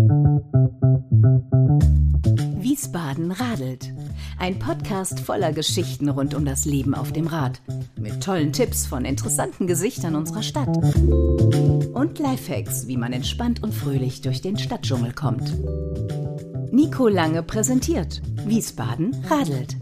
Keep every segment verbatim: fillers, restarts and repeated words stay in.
Wiesbaden radelt. Ein Podcast voller Geschichten rund um das Leben auf dem Rad. Mit tollen Tipps von interessanten Gesichtern unserer Stadt. Und Lifehacks, wie man entspannt und fröhlich durch den Stadtdschungel kommt. Nico Lange präsentiert Wiesbaden radelt.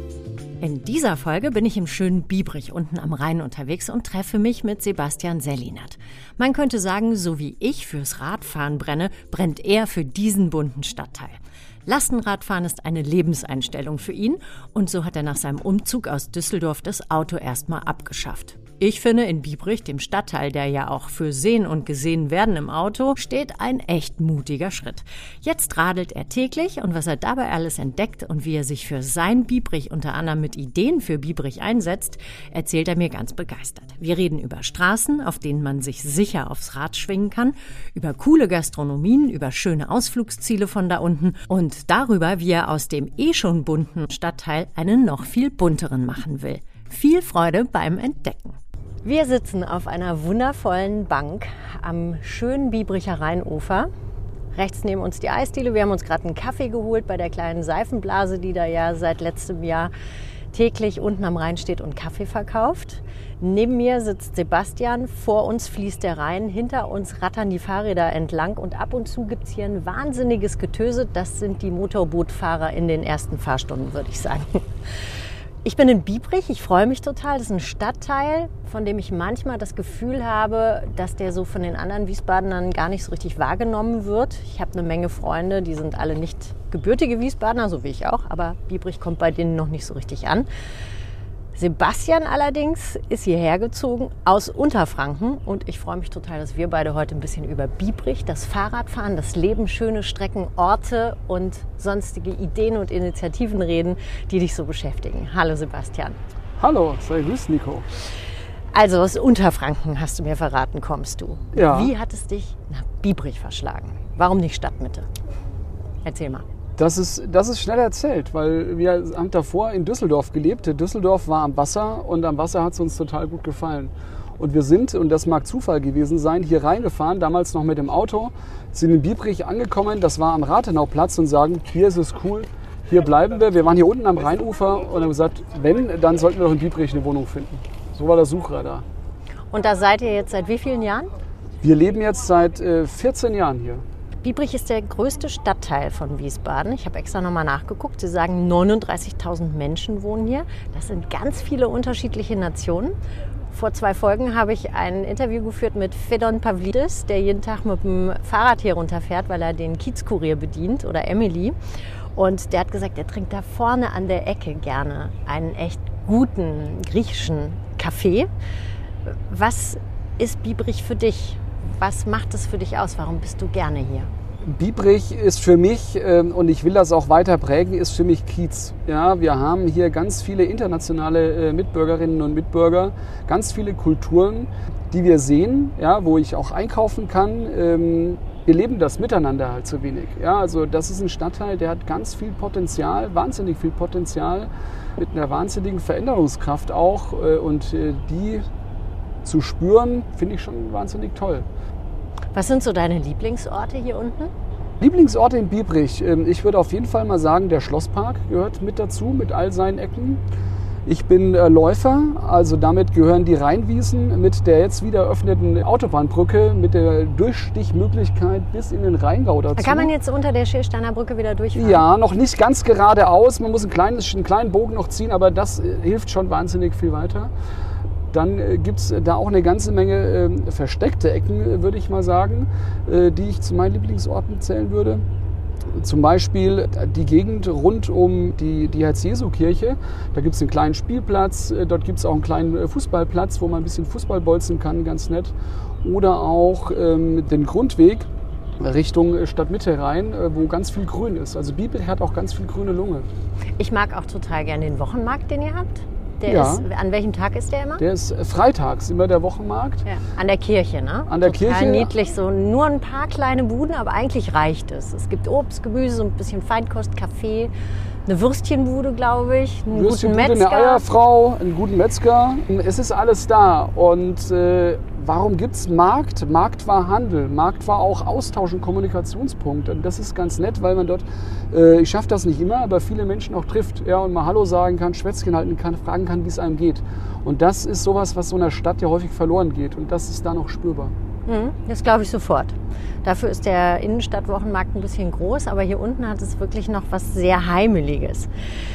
In dieser Folge bin ich im schönen Biebrich unten am Rhein unterwegs und treffe mich mit Sebastian Sellinat. Man könnte sagen, so wie ich fürs Radfahren brenne, brennt er für diesen bunten Stadtteil. Lastenradfahren ist eine Lebenseinstellung für ihn und so hat er nach seinem Umzug aus Düsseldorf das Auto erstmal abgeschafft. Ich finde, in Biebrich, dem Stadtteil, der ja auch für Sehen und Gesehen werden im Auto, steht ein echt mutiger Schritt. Jetzt radelt er täglich und was er dabei alles entdeckt und wie er sich für sein Biebrich unter anderem mit Ideen für Biebrich einsetzt, erzählt er mir ganz begeistert. Wir reden über Straßen, auf denen man sich sicher aufs Rad schwingen kann, über coole Gastronomien, über schöne Ausflugsziele von da unten und darüber, wie er aus dem eh schon bunten Stadtteil einen noch viel bunteren machen will. Viel Freude beim Entdecken. Wir sitzen auf einer wundervollen Bank am schönen Biebricher Rheinufer. Rechts neben uns die Eisdiele. Wir haben uns gerade einen Kaffee geholt bei der kleinen Seifenblase, die da ja seit letztem Jahr täglich unten am Rhein steht und Kaffee verkauft. Neben mir sitzt Sebastian, vor uns fließt der Rhein, hinter uns rattern die Fahrräder entlang und ab und zu gibt es hier ein wahnsinniges Getöse. Das sind die Motorbootfahrer in den ersten Fahrstunden, würde ich sagen. Ich bin in Biebrich, ich freue mich total. Das ist ein Stadtteil, von dem ich manchmal das Gefühl habe, dass der so von den anderen Wiesbadenern gar nicht so richtig wahrgenommen wird. Ich habe eine Menge Freunde, die sind alle nicht gebürtige Wiesbadener, so wie ich auch, aber Biebrich kommt bei denen noch nicht so richtig an. Sebastian allerdings ist hierher gezogen aus Unterfranken und ich freue mich total, dass wir beide heute ein bisschen über Biebrich, das Fahrradfahren, das Leben, schöne Strecken, Orte und sonstige Ideen und Initiativen reden, die dich so beschäftigen. Hallo Sebastian. Hallo, sei grüß Nico. Also aus Unterfranken hast du mir verraten, kommst du. Ja. Wie hat es dich nach Biebrich verschlagen? Warum nicht Stadtmitte? Erzähl mal. Das ist, das ist schnell erzählt, weil wir haben davor in Düsseldorf gelebt. Düsseldorf war am Wasser und am Wasser hat es uns total gut gefallen. Und wir sind, und das mag Zufall gewesen sein, hier reingefahren, damals noch mit dem Auto, sind in Biebrich angekommen, das war am Rathenauplatz und sagen, hier ist es cool, hier bleiben wir. Wir waren hier unten am Rheinufer und haben gesagt, wenn, dann sollten wir doch in Biebrich eine Wohnung finden. So war der Suchradar. Und da seid ihr jetzt seit wie vielen Jahren? Wir leben jetzt seit äh, vierzehn Jahren hier. Biebrich ist der größte Stadtteil von Wiesbaden. Ich habe extra nochmal nachgeguckt. Sie sagen, neununddreißigtausend Menschen wohnen hier. Das sind ganz viele unterschiedliche Nationen. Vor zwei Folgen habe ich ein Interview geführt mit Fedon Pavlidis, der jeden Tag mit dem Fahrrad hier runterfährt, weil er den Kiezkurier bedient, oder Emily. Und der hat gesagt, er trinkt da vorne an der Ecke gerne einen echt guten griechischen Kaffee. Was ist Biebrich für dich? Was macht es für dich aus? Warum bist du gerne hier? Biebrich ist für mich, und ich will das auch weiter prägen, ist für mich Kiez. Ja, wir haben hier ganz viele internationale Mitbürgerinnen und Mitbürger, ganz viele Kulturen, die wir sehen, ja, wo ich auch einkaufen kann. Wir leben das miteinander halt zu wenig. Ja, also das ist ein Stadtteil, der hat ganz viel Potenzial, wahnsinnig viel Potenzial, mit einer wahnsinnigen Veränderungskraft auch. Und die zu spüren, finde ich schon wahnsinnig toll. Was sind so deine Lieblingsorte hier unten? Lieblingsorte in Biebrich? Ich würde auf jeden Fall mal sagen, der Schlosspark gehört mit dazu, mit all seinen Ecken. Ich bin Läufer, also damit gehören die Rheinwiesen mit der jetzt wieder eröffneten Autobahnbrücke, mit der Durchstichmöglichkeit bis in den Rheingau dazu. Kann man jetzt unter der Schilsteiner Brücke wieder durchfahren? Ja, noch nicht ganz geradeaus. Man muss einen kleinen, einen kleinen Bogen noch ziehen, aber das hilft schon wahnsinnig viel weiter. Dann äh, gibt es da auch eine ganze Menge äh, versteckte Ecken, äh, würde ich mal sagen, äh, die ich zu meinen Lieblingsorten zählen würde. Zum Beispiel die Gegend rund um die, die Herz-Jesu-Kirche. Da gibt es einen kleinen Spielplatz, äh, dort gibt es auch einen kleinen Fußballplatz, wo man ein bisschen Fußball bolzen kann, ganz nett. Oder auch ähm, den Grundweg Richtung Stadtmitte rein, wo ganz viel Grün ist. Also Biebrich hat auch ganz viel grüne Lunge. Ich mag auch total gerne den Wochenmarkt, den ihr habt. Der ja. ist, an welchem Tag ist der immer? Der ist freitags, immer der Wochenmarkt. Ja. An der Kirche, ne? An der Total Kirche. niedlich, so nur ein paar kleine Buden, aber eigentlich reicht es. Es gibt Obst, Gemüse, so ein bisschen Feinkost, Kaffee. eine Würstchenbude, glaube ich, einen Eine guten Metzger. Metzger. Eine Eierfrau, einen guten Metzger. Es ist alles da. Und äh, warum gibt es Markt? Markt war Handel. Markt war auch Austausch und Kommunikationspunkt. Und das ist ganz nett, weil man dort, äh, ich schaffe das nicht immer, aber viele Menschen auch trifft. Ja, und mal Hallo sagen kann, Schwätzchen halten kann, fragen kann, wie es einem geht. Und das ist sowas, was so einer Stadt ja häufig verloren geht. Und das ist da noch spürbar. Das glaube ich sofort. Dafür ist der Innenstadtwochenmarkt ein bisschen groß, aber hier unten hat es wirklich noch was sehr Heimeliges.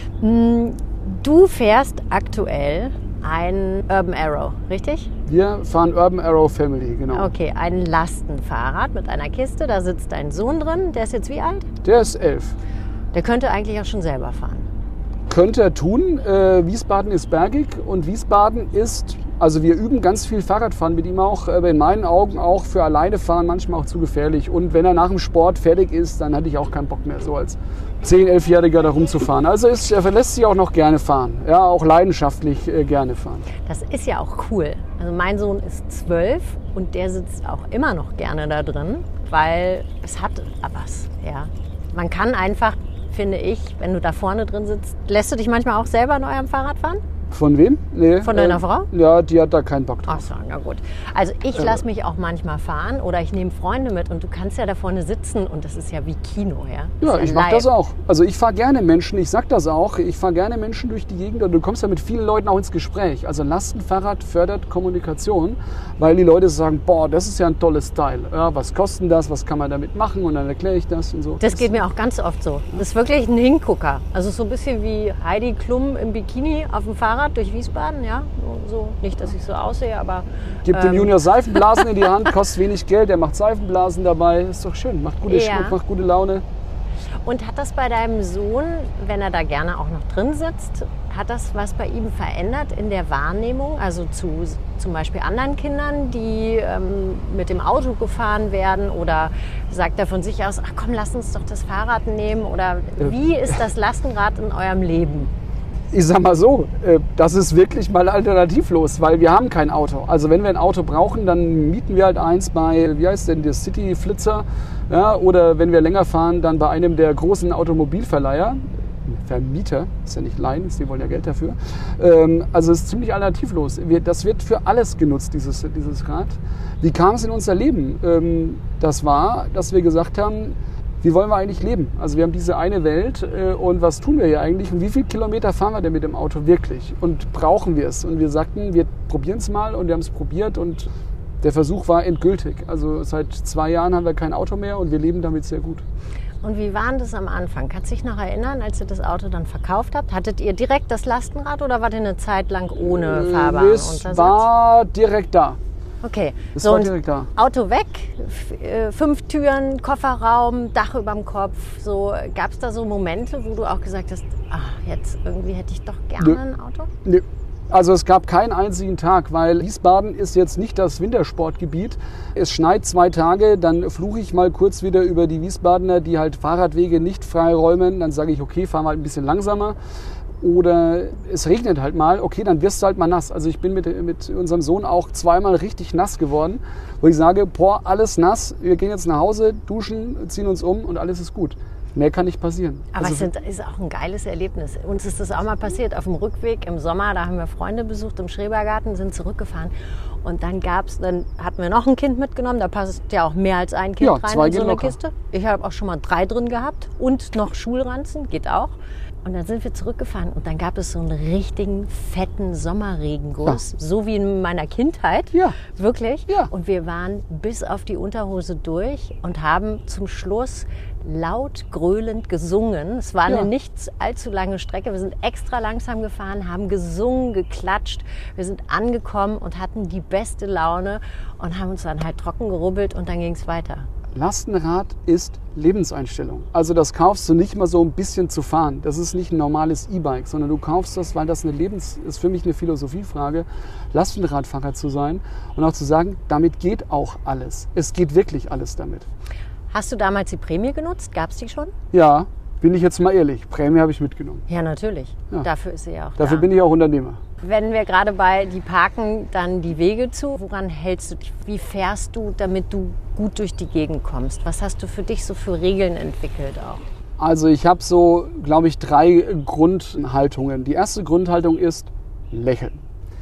Du fährst aktuell ein Urban Arrow, richtig? Wir fahren Urban Arrow Family, genau. Okay, ein Lastenfahrrad mit einer Kiste, da sitzt dein Sohn drin. Der ist jetzt wie alt? Der ist elf. Der könnte eigentlich auch schon selber fahren. Könnte er tun. Äh, Wiesbaden ist bergig und Wiesbaden ist, also wir üben ganz viel Fahrradfahren mit ihm auch, aber in meinen Augen auch für alleine fahren manchmal auch zu gefährlich. Und wenn er nach dem Sport fertig ist, dann hatte ich auch keinen Bock mehr, so als zehn-, elfjähriger da rumzufahren. Also ist, er verlässt sich auch noch gerne fahren, ja, auch leidenschaftlich äh, gerne fahren. Das ist ja auch cool. Also mein Sohn ist zwölf und der sitzt auch immer noch gerne da drin, weil es hat was, ja. Man kann einfach, finde ich, wenn du da vorne drin sitzt, lässt du dich manchmal auch selber in eurem Fahrrad fahren? Von wem? Nee, Von deiner äh, Frau? Ja, die hat da keinen Bock drauf. Ach so, na gut. Also ich lasse mich auch manchmal fahren oder ich nehme Freunde mit und du kannst ja da vorne sitzen und das ist ja wie Kino, ja? Ja, ja ich mache das auch. Also ich fahre gerne Menschen, ich sag das auch, ich fahre gerne Menschen durch die Gegend und du kommst ja mit vielen Leuten auch ins Gespräch. Also Lastenfahrrad fördert Kommunikation, weil die Leute sagen, boah, das ist ja ein tolles Teil. Ja, was kostet das, was kann man damit machen und dann erkläre ich das und so. Das geht mir auch ganz oft so. Das ist wirklich ein Hingucker. Also so ein bisschen wie Heidi Klum im Bikini auf dem Fahrrad durch Wiesbaden, ja? So, nicht, dass ich so aussehe, aber... Gibt ähm, dem Junior Seifenblasen in die Hand, kostet wenig Geld, der macht Seifenblasen dabei, ist doch schön, macht gute Ja. Schmuck, macht gute Laune. Und hat das bei deinem Sohn, wenn er da gerne auch noch drin sitzt, hat das was bei ihm verändert in der Wahrnehmung? Also zu zum Beispiel anderen Kindern, die ähm, mit dem Auto gefahren werden? Oder sagt er von sich aus, ach komm, lass uns doch das Fahrrad nehmen? Oder wie ist das Lastenrad in eurem Leben? Ich sag mal so, äh, das ist wirklich mal alternativlos, weil wir haben kein Auto. Also wenn wir ein Auto brauchen, dann mieten wir halt eins bei, wie heißt denn, der City Flitzer. Ja, oder wenn wir länger fahren, dann bei einem der großen Automobilverleiher. Vermieter, ist ja nicht leihen, die wollen ja Geld dafür. Ähm, also es ist ziemlich alternativlos. Wir, das wird für alles genutzt, dieses, dieses Rad. Wie kam es in unser Leben? Ähm, das war, dass wir gesagt haben, wie wollen wir eigentlich leben? Also wir haben diese eine Welt äh, und was tun wir hier eigentlich? Und wie viele Kilometer fahren wir denn mit dem Auto wirklich? Und brauchen wir es? Und wir sagten, wir probieren es mal und wir haben es probiert und der Versuch war endgültig. Also seit zwei Jahren haben wir kein Auto mehr und wir leben damit sehr gut. Und wie war das am Anfang? Kannst du dich noch erinnern, als ihr das Auto dann verkauft habt? Hattet ihr direkt das Lastenrad oder wart ihr eine Zeit lang ohne fahrbaren äh, Es Untersatz? war direkt da. Okay, Es so war und direkt da. Auto weg, f- äh, fünf Türen, Kofferraum, Dach überm Kopf. So, gab es da so Momente, wo du auch gesagt hast, ach, jetzt irgendwie hätte ich doch gerne Nö. ein Auto? Nee. Also es gab keinen einzigen Tag, weil Wiesbaden ist jetzt nicht das Wintersportgebiet. Es schneit zwei Tage, dann fluche ich mal kurz wieder über die Wiesbadener, die halt Fahrradwege nicht freiräumen. Dann sage ich, okay, fahren wir halt ein bisschen langsamer. Oder es regnet halt mal, okay, dann wirst du halt mal nass. Also ich bin mit, mit unserem Sohn auch zweimal richtig nass geworden, wo ich sage, boah, alles nass, wir gehen jetzt nach Hause, duschen, ziehen uns um und alles ist gut. Mehr kann nicht passieren. Aber also, es sind, ist auch ein geiles Erlebnis. Uns ist das auch mal passiert auf dem Rückweg im Sommer. Da haben wir Freunde besucht im Schrebergarten, sind zurückgefahren. Und dann gab's, dann hatten wir noch ein Kind mitgenommen. Da passt ja auch mehr als ein Kind Ja, rein zwei in so gehen eine locker. Kiste. Ich habe auch schon mal drei drin gehabt und noch Schulranzen, geht auch. Und dann sind wir zurückgefahren und dann gab es so einen richtigen fetten Sommerregenguss, so wie in meiner Kindheit, Ja. wirklich. Ja. Und wir waren bis auf die Unterhose durch und haben zum Schluss laut gröhlend gesungen. Es war Ja. eine nicht allzu lange Strecke. Wir sind extra langsam gefahren, haben gesungen, geklatscht. Wir sind angekommen und hatten die beste Laune und haben uns dann halt trocken gerubbelt und dann ging es weiter. Lastenrad ist Lebenseinstellung. Also das kaufst du nicht mal so ein bisschen zu fahren. Das ist nicht ein normales E-Bike, sondern du kaufst das, weil das eine Lebens ist für mich eine Philosophiefrage, Lastenradfahrer zu sein und auch zu sagen, damit geht auch alles. Es geht wirklich alles damit. Hast du damals die Prämie genutzt? Gab es die schon? Ja, bin ich jetzt mal ehrlich. Prämie habe ich mitgenommen. Ja, natürlich. Ja. Dafür ist sie ja auch Dafür da. bin ich auch Unternehmer. Wenn wir gerade bei die parken, dann die Wege zu. Woran hältst du dich? Wie fährst du, damit du gut durch die Gegend kommst? Was hast du für dich so für Regeln entwickelt auch? Also ich habe so, glaube ich, drei Grundhaltungen. Die erste Grundhaltung ist Lächeln.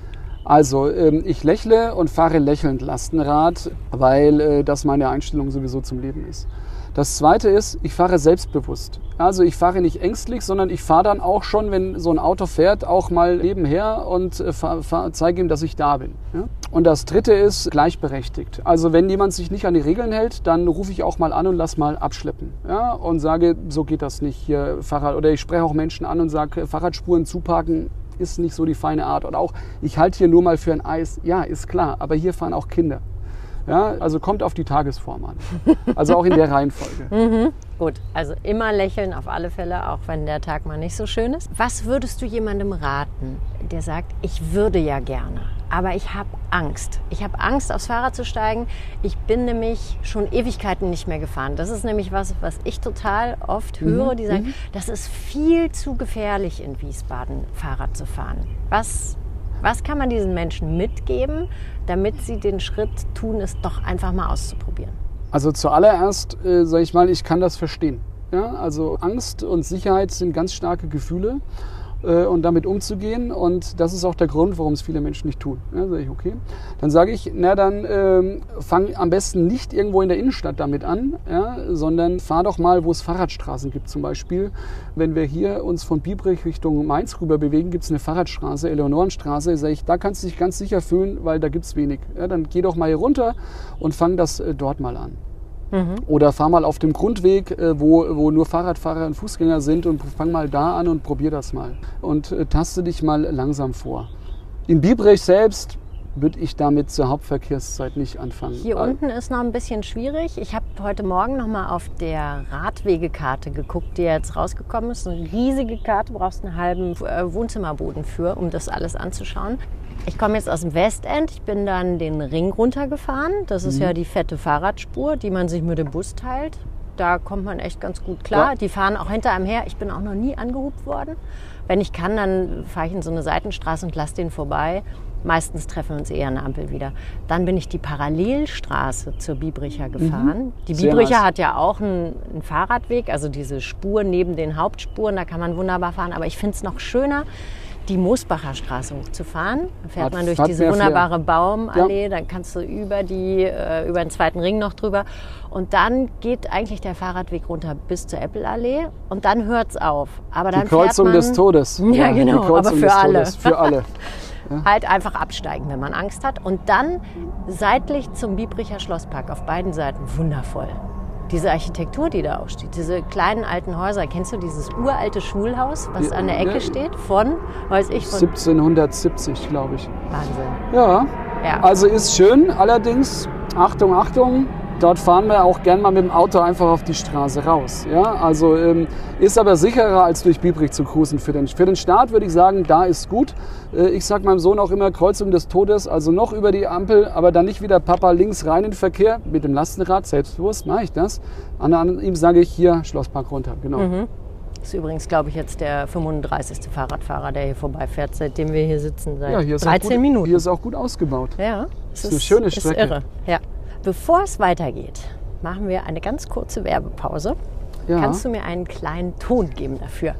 Also ähm, ich lächle und fahre lächelnd Lastenrad, weil äh, das meine Einstellung sowieso zum Leben ist. Das zweite ist, ich fahre selbstbewusst. Also ich fahre nicht ängstlich, sondern ich fahre dann auch schon, wenn so ein Auto fährt, auch mal nebenher und äh, fahr, fahr, zeige ihm, dass ich da bin. Ja? Und das dritte ist gleichberechtigt. Also wenn jemand sich nicht an die Regeln hält, dann rufe ich auch mal an und lass mal abschleppen. Ja? Und sage, so geht das nicht hier Fahrrad. Oder ich spreche auch Menschen an und sage, Fahrradspuren zuparken ist nicht so die feine Art. Oder auch, ich halte hier nur mal für ein Eis. Ja, ist klar, aber hier fahren auch Kinder. Ja, also kommt auf die Tagesform an. Also auch in der Reihenfolge. Mhm. Gut, also immer lächeln auf alle Fälle, auch wenn der Tag mal nicht so schön ist. Was würdest du jemandem raten, der sagt, ich würde ja gerne, aber ich habe Angst. Ich habe Angst, aufs Fahrrad zu steigen. Ich bin nämlich schon Ewigkeiten nicht mehr gefahren. Das ist nämlich was, was ich total oft höre, die sagen, mhm. das ist viel zu gefährlich in Wiesbaden, Fahrrad zu fahren. Was... Was kann man diesen Menschen mitgeben, damit sie den Schritt tun, es doch einfach mal auszuprobieren? Also zuallererst äh, sage ich mal, ich kann das verstehen. Ja? Also Angst und Sicherheit sind ganz starke Gefühle äh, und damit umzugehen. Und das ist auch der Grund, warum es viele Menschen nicht tun. Ja, sage ich, okay. Dann sage ich, na dann äh, fang am besten nicht irgendwo in der Innenstadt damit an, ja? sondern fahr doch mal, wo es Fahrradstraßen gibt zum Beispiel. Wenn wir hier uns von Biebrich Richtung Mainz rüber bewegen, gibt es eine Fahrradstraße, Eleonorenstraße. Sag ich, da kannst du dich ganz sicher fühlen, weil da gibt es wenig. Ja, dann geh doch mal hier runter und fang das äh, dort mal an. Mhm. Oder fahr mal auf dem Grundweg, äh, wo, wo nur Fahrradfahrer und Fußgänger sind und fang mal da an und probier das mal. Und äh, taste dich mal langsam vor. In Biebrich selbst würde ich damit zur Hauptverkehrszeit nicht anfangen. Hier Weil unten ist noch ein bisschen schwierig. Ich habe heute Morgen noch mal auf der Radwegekarte geguckt, die jetzt rausgekommen ist. Eine riesige Karte, brauchst einen halben Wohnzimmerboden für, um das alles anzuschauen. Ich komme jetzt aus dem Westend. Ich bin dann den Ring runtergefahren. Das ist mhm. ja die fette Fahrradspur, die man sich mit dem Bus teilt. Da kommt man echt ganz gut klar. Ja. Die fahren auch hinter einem her. Ich bin auch noch nie angehupt worden. Wenn ich kann, dann fahre ich in so eine Seitenstraße und lasse den vorbei. Meistens treffen wir uns eher an der Ampel wieder. Dann bin ich die Parallelstraße zur Biebricher gefahren. Mhm. Die Biebricher nice. Hat ja auch einen, einen Fahrradweg, also diese Spur neben den Hauptspuren, da kann man wunderbar fahren. Aber ich finde es noch schöner, die Moosbacher Straße hochzufahren. Da fährt hat, man durch diese wunderbare viel. Baumallee, ja. Dann kannst du über, die, äh, über den zweiten Ring noch drüber. Und dann geht eigentlich der Fahrradweg runter bis zur Eppelallee und dann hört es auf. Aber dann die Kreuzung fährt man, des Todes. Ja, ja genau, aber für alle. Für alle. Ja. Halt einfach absteigen, wenn man Angst hat. Und dann seitlich zum Biebricher Schlosspark, auf beiden Seiten, wundervoll. Diese Architektur, die da auch steht, diese kleinen alten Häuser. Kennst du dieses uralte Schulhaus, was ja, an der Ecke ja. steht? Von, weiß ich, von siebzehnhundertsiebzig, glaube ich. Wahnsinn. Ja. ja, also ist schön. Allerdings, Achtung, Achtung, dort fahren wir auch gern mal mit dem Auto einfach auf die Straße raus. Ja, also ähm, ist aber sicherer, als durch Biebrich zu cruisen. Für den, für den Start würde ich sagen, da ist gut. Äh, ich sage meinem Sohn auch immer, Kreuzung des Todes, also noch über die Ampel, aber dann nicht wieder Papa links rein in den Verkehr. Mit dem Lastenrad, selbstbewusst mache ich das. An, an ihm sage ich, hier, Schlosspark runter, genau. Mhm. Das ist übrigens, glaube ich, jetzt der fünfunddreißigste Fahrradfahrer, der hier vorbeifährt, seitdem wir hier sitzen, seit ja, hier dreizehn gut, Minuten. Hier ist auch gut ausgebaut. Ja, das ist eine schöne Strecke. Ist irre. Ja. Bevor es weitergeht, machen wir eine ganz kurze Werbepause. Ja. Kannst du mir einen kleinen Ton geben dafür?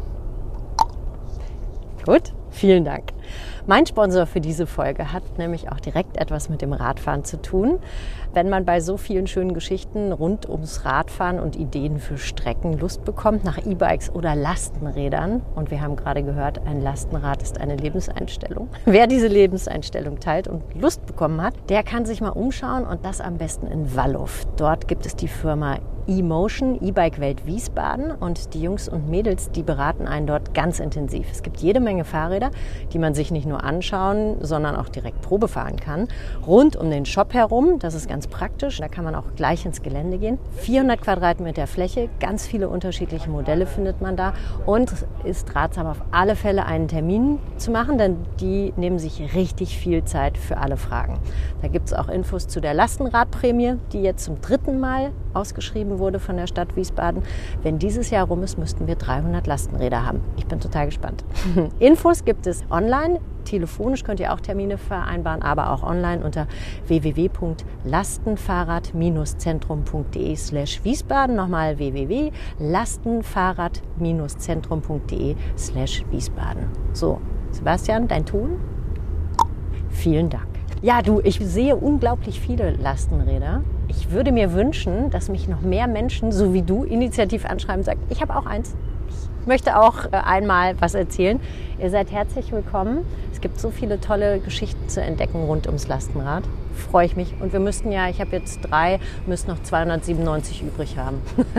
Gut, vielen Dank. Mein Sponsor für diese Folge hat nämlich auch direkt etwas mit dem Radfahren zu tun. Wenn man bei so vielen schönen Geschichten rund ums Radfahren und Ideen für Strecken Lust bekommt nach E-Bikes oder Lastenrädern, und wir haben gerade gehört, ein Lastenrad ist eine Lebenseinstellung. Wer diese Lebenseinstellung teilt und Lust bekommen hat, der kann sich mal umschauen, und das am besten in Walluff. Dort gibt es die Firma E-Motion, E-Bike Welt Wiesbaden, und die Jungs und Mädels, die beraten einen dort ganz intensiv. Es gibt jede Menge Fahrräder, die man sich nicht nur anschauen, sondern auch direkt Probe fahren kann. Rund um den Shop herum, das ist ganz praktisch, da kann man auch gleich ins Gelände gehen. vierhundert Quadratmeter Fläche, ganz viele unterschiedliche Modelle findet man da, und ist ratsam, auf alle Fälle einen Termin zu machen, denn die nehmen sich richtig viel Zeit für alle Fragen. Da gibt es auch Infos zu der Lastenradprämie, die jetzt zum dritten Mal ausgeschrieben wurde von der Stadt Wiesbaden. Wenn dieses Jahr rum ist, müssten wir dreihundert Lastenräder haben. Ich bin total gespannt. Infos gibt es online online. Telefonisch könnt ihr auch Termine vereinbaren, aber auch online unter w w w punkt lastenfahrrad zentrum punkt de slash Wiesbaden. Nochmal w w w punkt lastenfahrrad zentrum punkt de slash Wiesbaden. So, Sebastian, dein Ton? Vielen Dank. Ja, du, ich sehe unglaublich viele Lastenräder. Ich würde mir wünschen, dass mich noch mehr Menschen, so wie du, initiativ anschreiben und sagen, ich habe auch eins. Ich möchte auch äh, einmal was erzählen. Ihr seid herzlich willkommen. Es gibt so viele tolle Geschichten zu entdecken rund ums Lastenrad. Freue ich mich. Und wir müssten ja, ich habe jetzt drei, müssen noch zweihundertsiebenundneunzig übrig haben.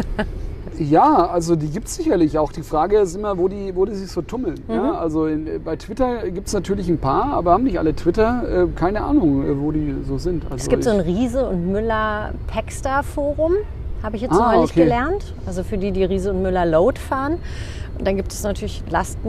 Ja, also die gibt es sicherlich auch. Die Frage ist immer, wo die, wo die sich so tummeln. Mhm. Ja, also in, bei Twitter gibt es natürlich ein paar, aber haben nicht alle Twitter. Äh, keine Ahnung, wo die so sind. Also es gibt ich, so ein Riese und Müller Packstar-Forum, habe ich jetzt ah, neulich okay. gelernt. Also für die, die Riese und Müller Load fahren. Und dann gibt es natürlich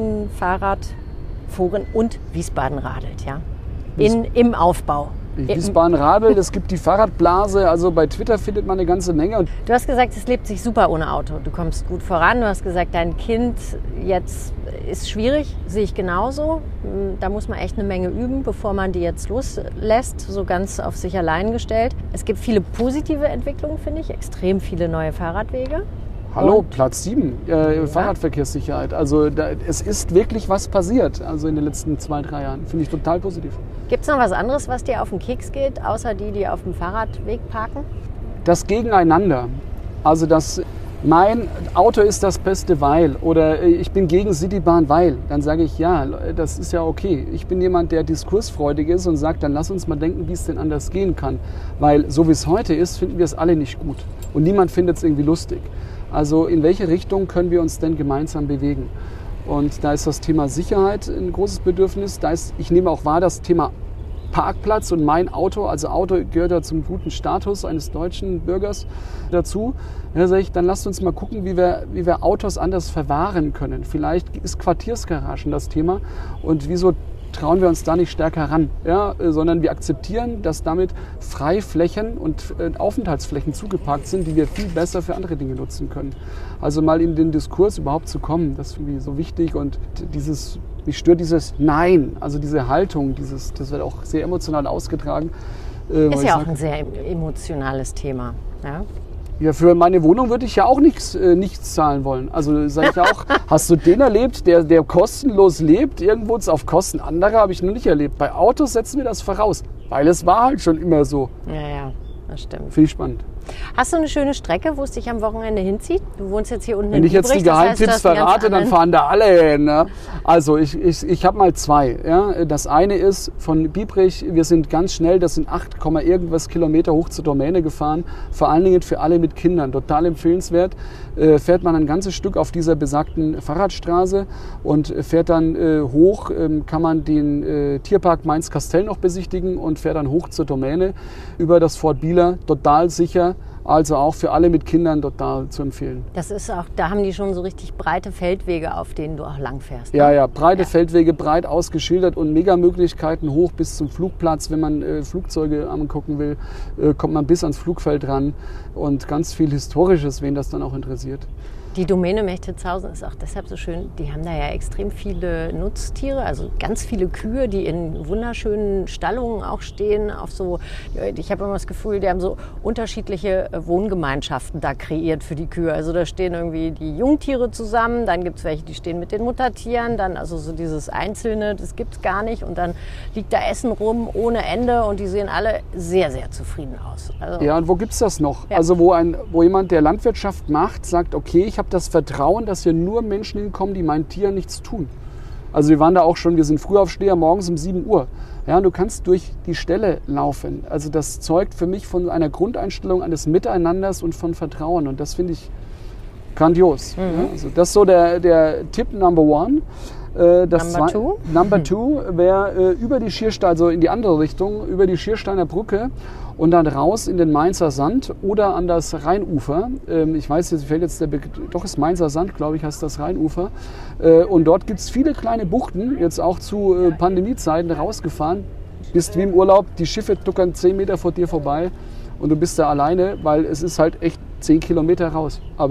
Lastenfahrradforen und Wiesbaden radelt, ja. In, Im Aufbau. Wiesbaden radelt, es gibt die Fahrradblase, also bei Twitter findet man eine ganze Menge. Du hast gesagt, es lebt sich super ohne Auto. Du kommst gut voran. Du hast gesagt, dein Kind jetzt ist schwierig, sehe ich genauso. Da muss man echt eine Menge üben, bevor man die jetzt loslässt, so ganz auf sich allein gestellt. Es gibt viele positive Entwicklungen, finde ich, extrem viele neue Fahrradwege. Hallo, Und? Platz sieben, äh, ja. Fahrradverkehrssicherheit. Also da, es ist wirklich was passiert, also in den letzten zwei, drei Jahren. Finde ich total positiv. Gibt es noch was anderes, was dir auf den Keks geht, außer die, die auf dem Fahrradweg parken? Das Gegeneinander. Also das, mein Auto ist das Beste, weil. Oder ich bin gegen Citybahn, weil. Dann sage ich, ja, das ist ja okay. Ich bin jemand, der diskursfreudig ist und sagt, dann lass uns mal denken, wie es denn anders gehen kann. Weil so wie es heute ist, finden wir es alle nicht gut. Und niemand findet es irgendwie lustig. Also in welche Richtung können wir uns denn gemeinsam bewegen? Und da ist das Thema Sicherheit ein großes Bedürfnis. Da ist, ich nehme auch wahr, das Thema Parkplatz und mein Auto, also Auto gehört ja zum guten Status eines deutschen Bürgers dazu. Da sage ich, dann lasst uns mal gucken, wie wir, wie wir Autos anders verwahren können. Vielleicht ist Quartiersgaragen das Thema und wieso trauen wir uns da nicht stärker ran, ja, sondern wir akzeptieren, dass damit Freiflächen und äh, Aufenthaltsflächen zugeparkt sind, die wir viel besser für andere Dinge nutzen können. Also mal in den Diskurs überhaupt zu kommen, das ist irgendwie so wichtig und dieses, mich stört dieses Nein, also diese Haltung, dieses, das wird auch sehr emotional ausgetragen. Äh, ist ja auch ein sehr emotionales Thema, ja. Ja, für meine Wohnung würde ich ja auch nichts, äh, nichts zahlen wollen. Also sage ich auch, hast du den erlebt, der, der kostenlos lebt? Irgendwo auf Kosten anderer habe ich noch nicht erlebt. Bei Autos setzen wir das voraus, weil es war halt schon immer so. Ja, ja, das stimmt. Finde ich spannend. Hast du eine schöne Strecke, wo es dich am Wochenende hinzieht? Du wohnst jetzt hier unten Wenn in ich jetzt Biebrich, die Geheimtipps das heißt, verrate, dann fahren da alle hin. Ne? Also ich, ich, ich habe mal zwei. Ja? Das eine ist von Biebrich, wir sind ganz schnell, das sind acht, irgendwas Kilometer hoch zur Domäne gefahren. Vor allen Dingen für alle mit Kindern. Total empfehlenswert. Äh, fährt man ein ganzes Stück auf dieser besagten Fahrradstraße und fährt dann äh, hoch, äh, kann man den äh, Tierpark Mainz-Kastell noch besichtigen und fährt dann hoch zur Domäne über das Fort Bieler. Total sicher. Also auch für alle mit Kindern total zu empfehlen. Das ist auch, da haben die schon so richtig breite Feldwege, auf denen du auch lang fährst. Ne? Ja, ja, breite ja. Feldwege, breit ausgeschildert und Mega-Möglichkeiten hoch bis zum Flugplatz. Wenn man äh, Flugzeuge angucken will, äh, kommt man bis ans Flugfeld ran und ganz viel Historisches, wen das dann auch interessiert. Die Domäne Mechtitzhausen ist auch deshalb so schön, die haben da ja extrem viele Nutztiere, also ganz viele Kühe, die in wunderschönen Stallungen auch stehen. Auf so, ich habe immer das Gefühl, die haben so unterschiedliche Wohngemeinschaften da kreiert für die Kühe. Also da stehen irgendwie die Jungtiere zusammen, dann gibt es welche, die stehen mit den Muttertieren, dann also so dieses Einzelne, das gibt es gar nicht. Und dann liegt da Essen rum ohne Ende und die sehen alle sehr, sehr zufrieden aus. Also, ja, und wo gibt es das noch? Ja. Also wo, ein, wo jemand, der Landwirtschaft macht, sagt, okay, ich habe das Vertrauen, dass hier nur Menschen hinkommen, die meinen Tieren nichts tun. Also wir waren da auch schon, wir sind Frühaufsteher morgens um sieben Uhr. Ja, und du kannst durch die Ställe laufen. Also das zeugt für mich von einer Grundeinstellung eines Miteinanders und von Vertrauen. Und das finde ich grandios. Mhm. Ja, also das ist so der, der Tipp Number One. Äh, das Number zwei, Two? Number Two wäre äh, über die Schierstein, also in die andere Richtung, über die Schiersteiner Brücke und dann raus in den Mainzer Sand oder an das Rheinufer. Ähm, ich weiß, jetzt fällt jetzt der Be- doch ist Mainzer Sand, glaube ich, heißt das Rheinufer. Äh, und dort gibt es viele kleine Buchten, jetzt auch zu äh, Pandemiezeiten rausgefahren. Bist wie im Urlaub, die Schiffe tuckern zehn Meter vor dir vorbei und du bist da alleine, weil es ist halt echt zehn Kilometer raus. Aber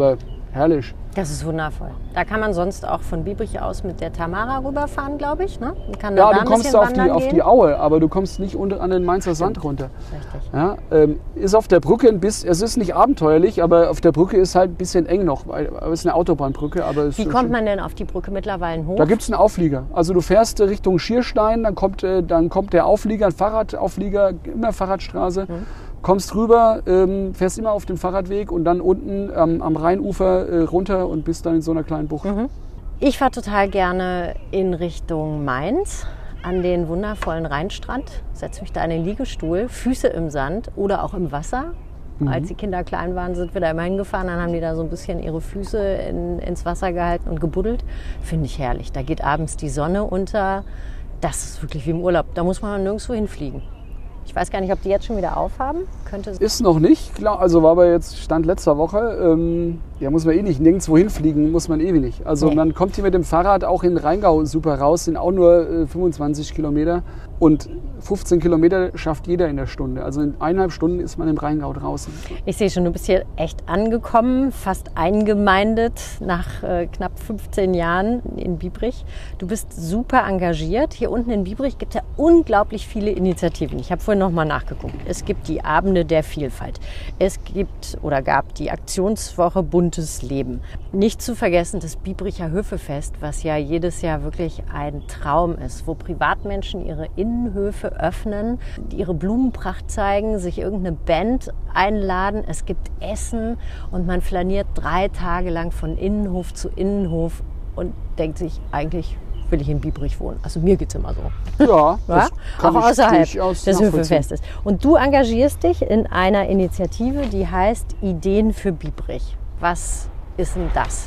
herrlich. Das ist wundervoll. Da kann man sonst auch von Biebrich aus mit der Tamara rüberfahren, glaube ich. Ne? Kann ja, da du kommst auf die, auf die Aue, aber du kommst nicht unter an den Mainzer Sand Stimmt. runter. Richtig. Ja, ähm, ist auf der Brücke ein bisschen, es ist nicht abenteuerlich, aber auf der Brücke ist halt ein bisschen eng noch, weil es ist eine Autobahnbrücke. Aber es Wie ist kommt schön. man denn auf die Brücke mittlerweile hoch? Da gibt es einen Auflieger. Also du fährst Richtung Schierstein, dann kommt, äh, dann kommt der Auflieger, ein Fahrradauflieger, immer Fahrradstraße. Mhm. Kommst rüber, ähm, fährst immer auf dem Fahrradweg und dann unten ähm, am Rheinufer äh, runter und bist dann in so einer kleinen Bucht. Mhm. Ich fahre total gerne in Richtung Mainz an den wundervollen Rheinstrand, setze mich da in den Liegestuhl, Füße im Sand oder auch im Wasser. Mhm. Als die Kinder klein waren, sind wir da immer hingefahren, dann haben die da so ein bisschen ihre Füße in, ins Wasser gehalten und gebuddelt. Finde ich herrlich. Da geht abends die Sonne unter. Das ist wirklich wie im Urlaub. Da muss man nirgendwo hinfliegen. Ich weiß gar nicht, ob die jetzt schon wieder aufhaben. Könnte ist noch nicht, klar. Also war aber jetzt Stand letzter Woche. Ähm, ja, muss man eh nicht. Nirgendwo hinfliegen muss man eh nicht. Also nee. Man kommt hier mit dem Fahrrad auch in Rheingau super raus. Sind auch nur äh, fünfundzwanzig Kilometer. Und fünfzehn Kilometer schafft jeder in der Stunde. Also in eineinhalb Stunden ist man im Rheingau draußen. Ich sehe schon, du bist hier echt angekommen, fast eingemeindet nach äh, knapp fünfzehn Jahren in Biebrich. Du bist super engagiert. Hier unten in Biebrich gibt es ja unglaublich viele Initiativen. Ich habe vorhin noch mal nachgeguckt. Es gibt die Abende der Vielfalt. Es gibt oder gab die Aktionswoche Buntes Leben. Nicht zu vergessen das Biebricher Höfefest, was ja jedes Jahr wirklich ein Traum ist, wo Privatmenschen ihre Innenhöfe öffnen, ihre Blumenpracht zeigen, sich irgendeine Band einladen. Es gibt Essen und man flaniert drei Tage lang von Innenhof zu Innenhof und denkt sich, eigentlich will ich in Biebrich wohnen. Also mir geht es immer so. Ja, das kann auch außerhalb ich des Höfefestes. Und du engagierst dich in einer Initiative, die heißt Ideen für Biebrich. Was ist denn das?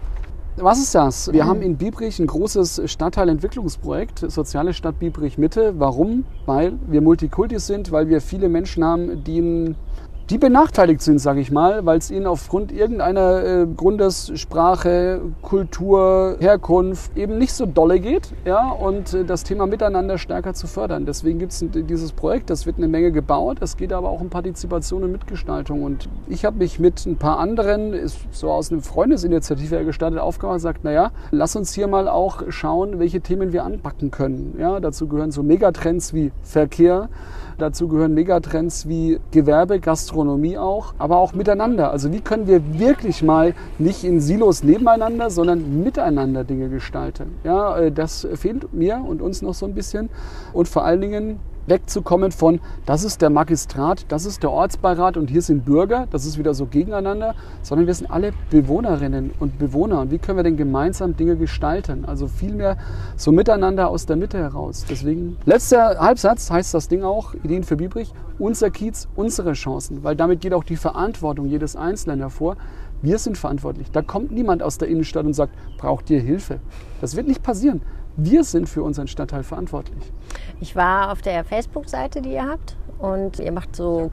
Was ist das? Wir mhm. haben in Biebrich ein großes Stadtteilentwicklungsprojekt, Soziale Stadt Biebrich Mitte. Warum? Weil wir Multikulti sind, weil wir viele Menschen haben, die im die benachteiligt sind, sage ich mal, weil es ihnen aufgrund irgendeiner äh, Grundes, Sprache, Kultur, Herkunft eben nicht so dolle geht, ja, und äh, das Thema Miteinander stärker zu fördern. Deswegen gibt es dieses Projekt, das wird eine Menge gebaut, es geht aber auch um Partizipation und Mitgestaltung. Und ich habe mich mit ein paar anderen, ist so aus einer Freundesinitiative gestartet, aufgemacht und gesagt, naja, lass uns hier mal auch schauen, welche Themen wir anpacken können. Ja, dazu gehören so Megatrends wie Verkehr, dazu gehören Megatrends wie Gewerbe, Gastronomie auch, aber auch miteinander. Also wie können wir wirklich mal nicht in Silos nebeneinander, sondern miteinander Dinge gestalten? Ja, das fehlt mir und uns noch so ein bisschen. Und vor allen Dingen wegzukommen von, das ist der Magistrat, das ist der Ortsbeirat und hier sind Bürger, das ist wieder so gegeneinander, sondern wir sind alle Bewohnerinnen und Bewohner. Und wie können wir denn gemeinsam Dinge gestalten? Also vielmehr so miteinander aus der Mitte heraus. Deswegen, letzter Halbsatz heißt das Ding auch, Ideen für Biebrich, unser Kiez, unsere Chancen, weil damit geht auch die Verantwortung jedes Einzelnen hervor. Wir sind verantwortlich. Da kommt niemand aus der Innenstadt und sagt, braucht ihr Hilfe? Das wird nicht passieren. Wir sind für unseren Stadtteil verantwortlich. Ich war auf der Facebook-Seite, die ihr habt, und ihr macht so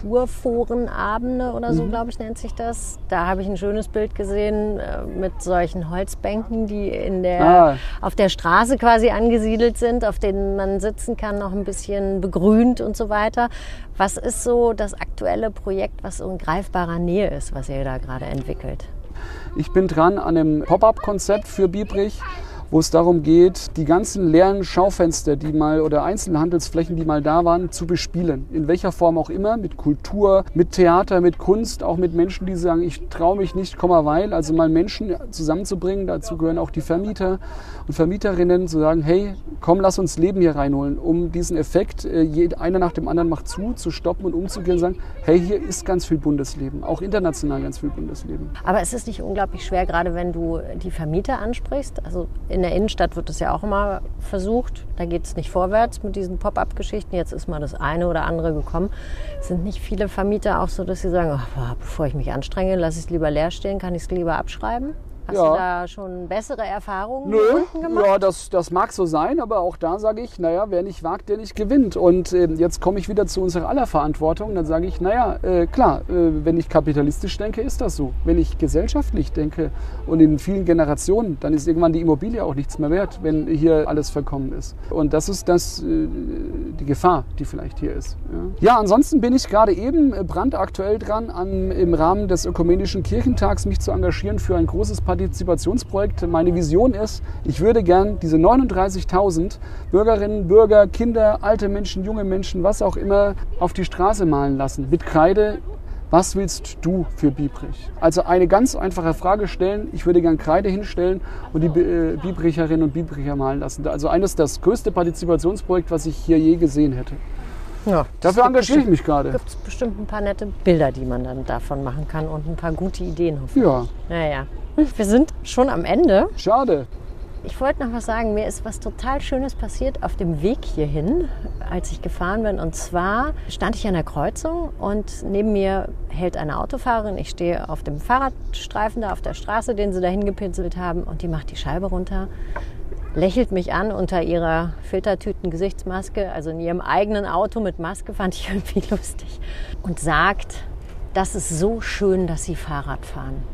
Kulturforenabende oder so, mhm. glaube ich, nennt sich das. Da habe ich ein schönes Bild gesehen äh, mit solchen Holzbänken, die in der, ah. auf der Straße quasi angesiedelt sind, auf denen man sitzen kann, noch ein bisschen begrünt und so weiter. Was ist so das aktuelle Projekt, was so in greifbarer Nähe ist, was ihr da gerade entwickelt? Ich bin dran an einem Pop-up-Konzept für Biebrich, wo es darum geht, die ganzen leeren Schaufenster, die mal oder Einzelhandelsflächen, die mal da waren, zu bespielen. In welcher Form auch immer, mit Kultur, mit Theater, mit Kunst, auch mit Menschen, die sagen, ich traue mich nicht, Komma weil. Also mal Menschen zusammenzubringen, dazu gehören auch die Vermieter und Vermieterinnen, zu sagen, hey, komm, lass uns Leben hier reinholen, um diesen Effekt, einer nach dem anderen macht zu, zu stoppen und umzugehen und sagen, hey, hier ist ganz viel Bundesleben, auch international ganz viel Bundesleben. Aber es ist nicht unglaublich schwer, gerade wenn du die Vermieter ansprichst, also in der Innenstadt wird es ja auch immer versucht. Da geht es nicht vorwärts mit diesen Pop-up-Geschichten. Jetzt ist mal das eine oder andere gekommen. Es sind nicht viele Vermieter auch so, dass sie sagen, oh, bevor ich mich anstrenge, lasse ich es lieber leer stehen, kann ich es lieber abschreiben? Hast Ja. du da schon bessere Erfahrungen Nö, unten gemacht? ja, das, das mag so sein, aber auch da sage ich, naja, wer nicht wagt, der nicht gewinnt. Und äh, jetzt komme ich wieder zu unserer aller Verantwortung. Dann sage ich, naja, äh, klar, äh, wenn ich kapitalistisch denke, ist das so. Wenn ich gesellschaftlich denke und in vielen Generationen, dann ist irgendwann die Immobilie auch nichts mehr wert, wenn hier alles verkommen ist. Und das ist das, äh, die Gefahr, die vielleicht hier ist. Ja, ja, ansonsten bin ich gerade eben brandaktuell dran, an, im Rahmen des Ökumenischen Kirchentags mich zu engagieren für ein großes Partizipationsprojekt. Meine Vision ist, ich würde gern diese neununddreißigtausend Bürgerinnen, Bürger, Kinder, alte Menschen, junge Menschen, was auch immer, auf die Straße malen lassen. Mit Kreide, was willst du für Biebrich? Also eine ganz einfache Frage stellen. Ich würde gern Kreide hinstellen und die äh, Biebricherinnen und Biebricher malen lassen. Also eines das größte Partizipationsprojekt, was ich hier je gesehen hätte. Ja, Dafür engagiere ich mich gerade. Gibt es bestimmt ein paar nette Bilder, die man dann davon machen kann und ein paar gute Ideen hoffentlich. Ja, Naja, wir sind schon am Ende. schade. Ich wollte noch was sagen. Mir ist was total Schönes passiert auf dem Weg hierhin, als ich gefahren bin. Und zwar stand ich an der Kreuzung und neben mir hält eine Autofahrerin. Ich stehe auf dem Fahrradstreifen da auf der Straße, den sie da hingepinselt haben. Und die macht die Scheibe runter, lächelt mich an unter ihrer Filtertüten-Gesichtsmaske, also in ihrem eigenen Auto mit Maske, fand ich irgendwie lustig. Und sagt, das ist so schön, dass Sie Fahrrad fahren.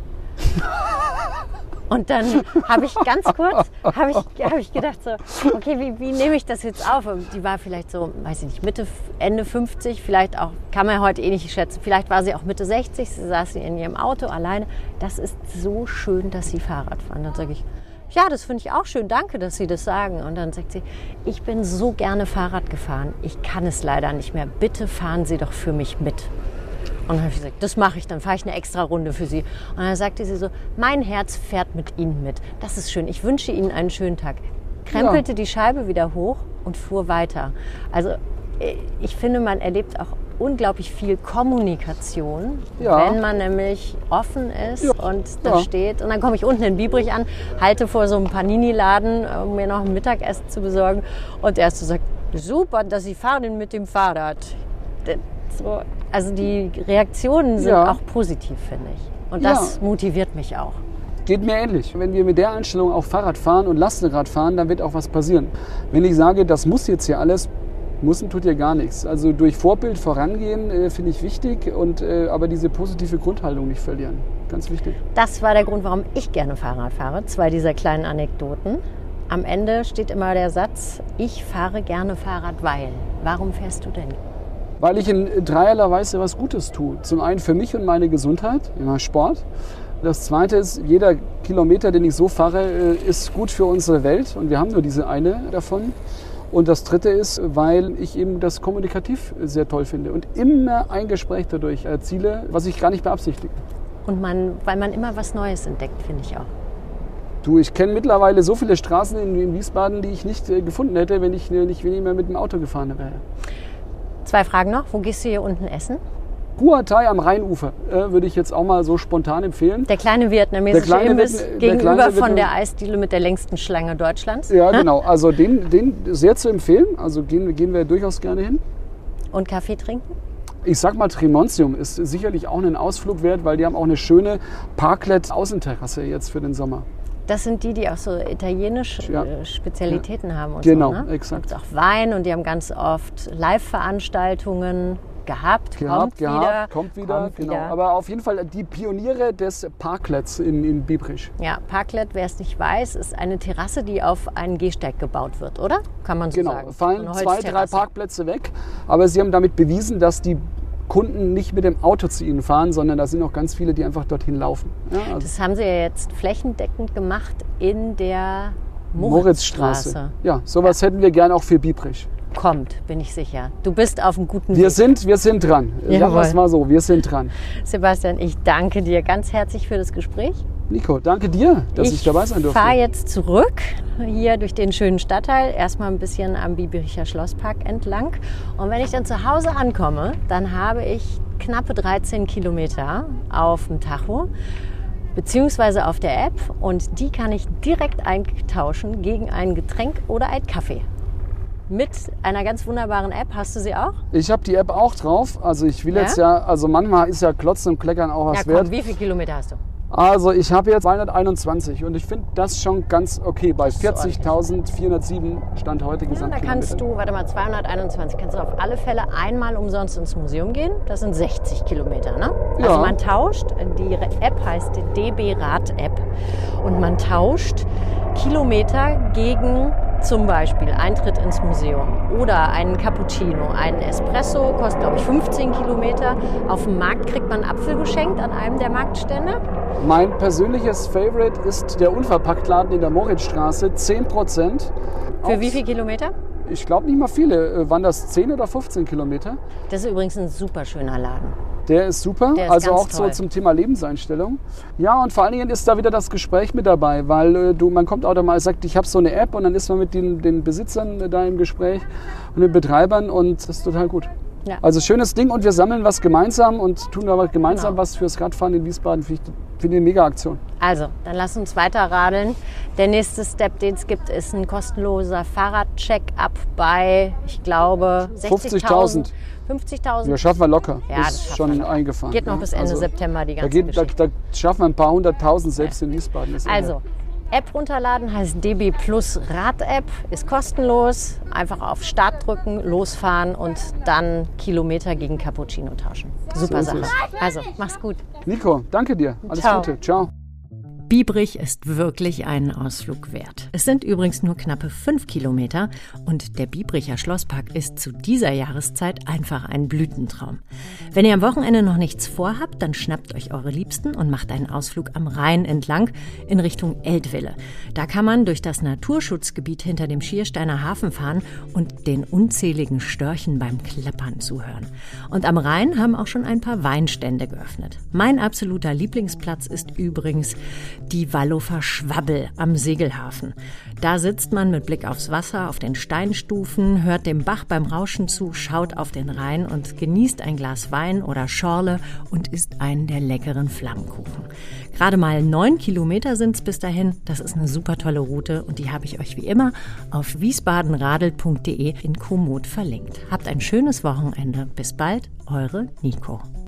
Und dann habe ich ganz kurz habe ich, hab ich gedacht, so, okay, wie, wie nehme ich das jetzt auf? Und die war vielleicht so, weiß ich nicht, Mitte, Ende fünfzig, vielleicht auch, kann man heute eh nicht schätzen, vielleicht war sie auch Mitte sechzig, sie saß in ihrem Auto alleine. Das ist so schön, dass Sie Fahrrad fahren. Dann sage ich, ja, das finde ich auch schön, danke, dass Sie das sagen. Und dann sagt sie, ich bin so gerne Fahrrad gefahren, ich kann es leider nicht mehr. Bitte fahren Sie doch für mich mit. Und dann habe ich gesagt, das mache ich, dann fahre ich eine extra Runde für Sie. Und dann sagte sie so, mein Herz fährt mit Ihnen mit. Das ist schön, ich wünsche Ihnen einen schönen Tag. Krempelte ja. die Scheibe wieder hoch und fuhr weiter. Also ich finde, man erlebt auch unglaublich viel Kommunikation, ja. wenn man nämlich offen ist ja. und da ja. steht. Und dann komme ich unten in Biebrich an, halte vor so einem Panini-Laden, um mir noch ein Mittagessen zu besorgen. Und der erste sagt, super, dass Sie fahren mit dem Fahrrad. So, also die Reaktionen sind ja. auch positiv, finde ich. Und das ja. motiviert mich auch. Geht mir ähnlich. Wenn wir mit der Einstellung auch Fahrrad fahren und Lastenrad fahren, dann wird auch was passieren. Wenn ich sage, das muss jetzt hier alles, müssen tut ja gar nichts. Also durch Vorbild vorangehen, äh, finde ich wichtig, und, äh, aber diese positive Grundhaltung nicht verlieren. Ganz wichtig. Das war der Grund, warum ich gerne Fahrrad fahre. Zwei dieser kleinen Anekdoten. Am Ende steht immer der Satz, ich fahre gerne Fahrrad, weil. Warum fährst du denn? Weil ich in dreierlei Weise was Gutes tue. Zum einen für mich und meine Gesundheit, immer Sport. Das Zweite ist, jeder Kilometer, den ich so fahre, ist gut für unsere Welt. Und wir haben nur diese eine davon. Und das Dritte ist, weil ich eben das kommunikativ sehr toll finde und immer ein Gespräch dadurch erziele, was ich gar nicht beabsichtige. Und man, weil man immer was Neues entdeckt, finde ich auch. Du, ich kenne mittlerweile so viele Straßen in, in Wiesbaden, die ich nicht äh, gefunden hätte, wenn ich nicht mehr mit dem Auto gefahren wäre. Zwei Fragen noch. Wo gehst du hier unten essen? Guatay am Rheinufer äh, würde ich jetzt auch mal so spontan empfehlen. Der kleine vietnamesische der kleine Imbiss Viet- gegenüber der von der Eisdiele mit der längsten Schlange Deutschlands. Ja, genau. Also den, den sehr zu empfehlen. Also gehen, gehen wir durchaus gerne hin. Und Kaffee trinken? Ich sag mal, Trimontium ist sicherlich auch einen Ausflug wert, weil die haben auch eine schöne Parklet-Außenterrasse jetzt für den Sommer. Das sind die, die auch so italienische ja. Spezialitäten ja. haben und genau, so, ne? Exakt. Und auch Wein, und die haben ganz oft Live-Veranstaltungen gehabt, gehabt, kommt gehabt, wieder. Kommt wieder, kommt genau. wieder. Aber auf jeden Fall die Pioniere des Parklets in, in Biebrich. Ja, Parklet, wer es nicht weiß, ist eine Terrasse, die auf einen Gehsteig gebaut wird, oder? Kann man so genau. sagen. Genau, fallen zwei, drei Parkplätze weg. Aber sie haben damit bewiesen, dass die Kunden nicht mit dem Auto zu ihnen fahren, sondern da sind auch ganz viele, die einfach dorthin laufen. Ja, also das haben sie ja jetzt flächendeckend gemacht in der Moritzstraße. Moritzstraße. Ja, sowas ja. hätten wir gern auch für Biebrich. Kommt, bin ich sicher. Du bist auf einem guten wir Weg. Sind, wir sind dran. Sagen wir es mal so, wir sind dran. Sebastian, ich danke dir ganz herzlich für das Gespräch. Nico, danke dir, dass ich, ich dabei sein durfte. Ich fahre jetzt zurück hier durch den schönen Stadtteil, erstmal ein bisschen am Biebricher Schlosspark entlang. Und wenn ich dann zu Hause ankomme, dann habe ich knappe dreizehn Kilometer auf dem Tacho, beziehungsweise auf der App. Und die kann ich direkt eintauschen gegen ein Getränk oder einen Kaffee. Mit einer ganz wunderbaren App. Hast du sie auch? Ich habe die App auch drauf. Also ich will ja? jetzt ja, also manchmal ist ja Klotzen und Kleckern auch was ja, komm, wert. Wie viele Kilometer hast du? Also ich habe jetzt zweihunderteinundzwanzig und ich finde das schon ganz okay bei vierzigtausendvierhundertsieben Stand heute Ja, da Gesamtkilometer. kannst du, warte mal, zweihunderteinundzwanzig, kannst du auf alle Fälle einmal umsonst ins Museum gehen. Das sind sechzig Kilometer, ne? Also Ja. man tauscht, die App heißt D B Rad-App und man tauscht Kilometer gegen zum Beispiel Eintritt ins Museum oder einen Cappuccino, einen Espresso, kostet glaube ich fünfzehn Kilometer. Auf dem Markt kriegt man Apfel geschenkt an einem der Marktstände. Mein persönliches Favorite ist der Unverpacktladen in der Moritzstraße, zehn Prozent. Für wie viele Kilometer? Ich glaube nicht mal viele. Äh, Waren das zehn oder fünfzehn Kilometer? Das ist übrigens ein super schöner Laden. Der ist super, Der ist also ganz auch so toll. zum Thema Lebenseinstellung. Ja, und vor allen Dingen ist da wieder das Gespräch mit dabei, weil äh, du, man kommt automatisch, sagt, ich habe so eine App und dann ist man mit den, den Besitzern äh, da im Gespräch und den Betreibern und das ist total gut. Ja. Also schönes Ding und wir sammeln was gemeinsam und tun aber gemeinsam Genau. was fürs Radfahren in Wiesbaden. Finde ich, finde ich eine Mega-Aktion. Also, dann lass uns weiter radeln. Der nächste Step, den es gibt, ist ein kostenloser Fahrrad-Check-up bei, ich glaube, sechzigtausend. fünfzigtausend. Ja, schaffen wir locker. Ja, das das ist schaffen schon wir locker. eingefahren. Geht noch ja. bis Ende Also, September die Da, ganze geht, da, Geschichte. da schaffen wir ein paar hunderttausend selbst in Wiesbaden. Das ist Also, App runterladen heißt D B Plus Rad-App, ist kostenlos. Einfach auf Start drücken, losfahren und dann Kilometer gegen Cappuccino tauschen. Super So Sache. ist Also, mach's gut. Nico, danke dir. Alles Ciao. Gute. Ciao. Biebrich ist wirklich einen Ausflug wert. Es sind übrigens nur knappe fünf Kilometer und der Biebricher Schlosspark ist zu dieser Jahreszeit einfach ein Blütentraum. Wenn ihr am Wochenende noch nichts vorhabt, dann schnappt euch eure Liebsten und macht einen Ausflug am Rhein entlang in Richtung Eltville. Da kann man durch das Naturschutzgebiet hinter dem Schiersteiner Hafen fahren und den unzähligen Störchen beim Klappern zuhören. Und am Rhein haben auch schon ein paar Weinstände geöffnet. Mein absoluter Lieblingsplatz ist übrigens die Wallofer Schwabbel am Segelhafen. Da sitzt man mit Blick aufs Wasser, auf den Steinstufen, hört dem Bach beim Rauschen zu, schaut auf den Rhein und genießt ein Glas Wein oder Schorle und isst einen der leckeren Flammkuchen. Gerade mal neun Kilometer sind es bis dahin. Das ist eine super tolle Route und die habe ich euch wie immer auf wiesbadenradelt punkt de in Komoot verlinkt. Habt ein schönes Wochenende. Bis bald, eure Nico.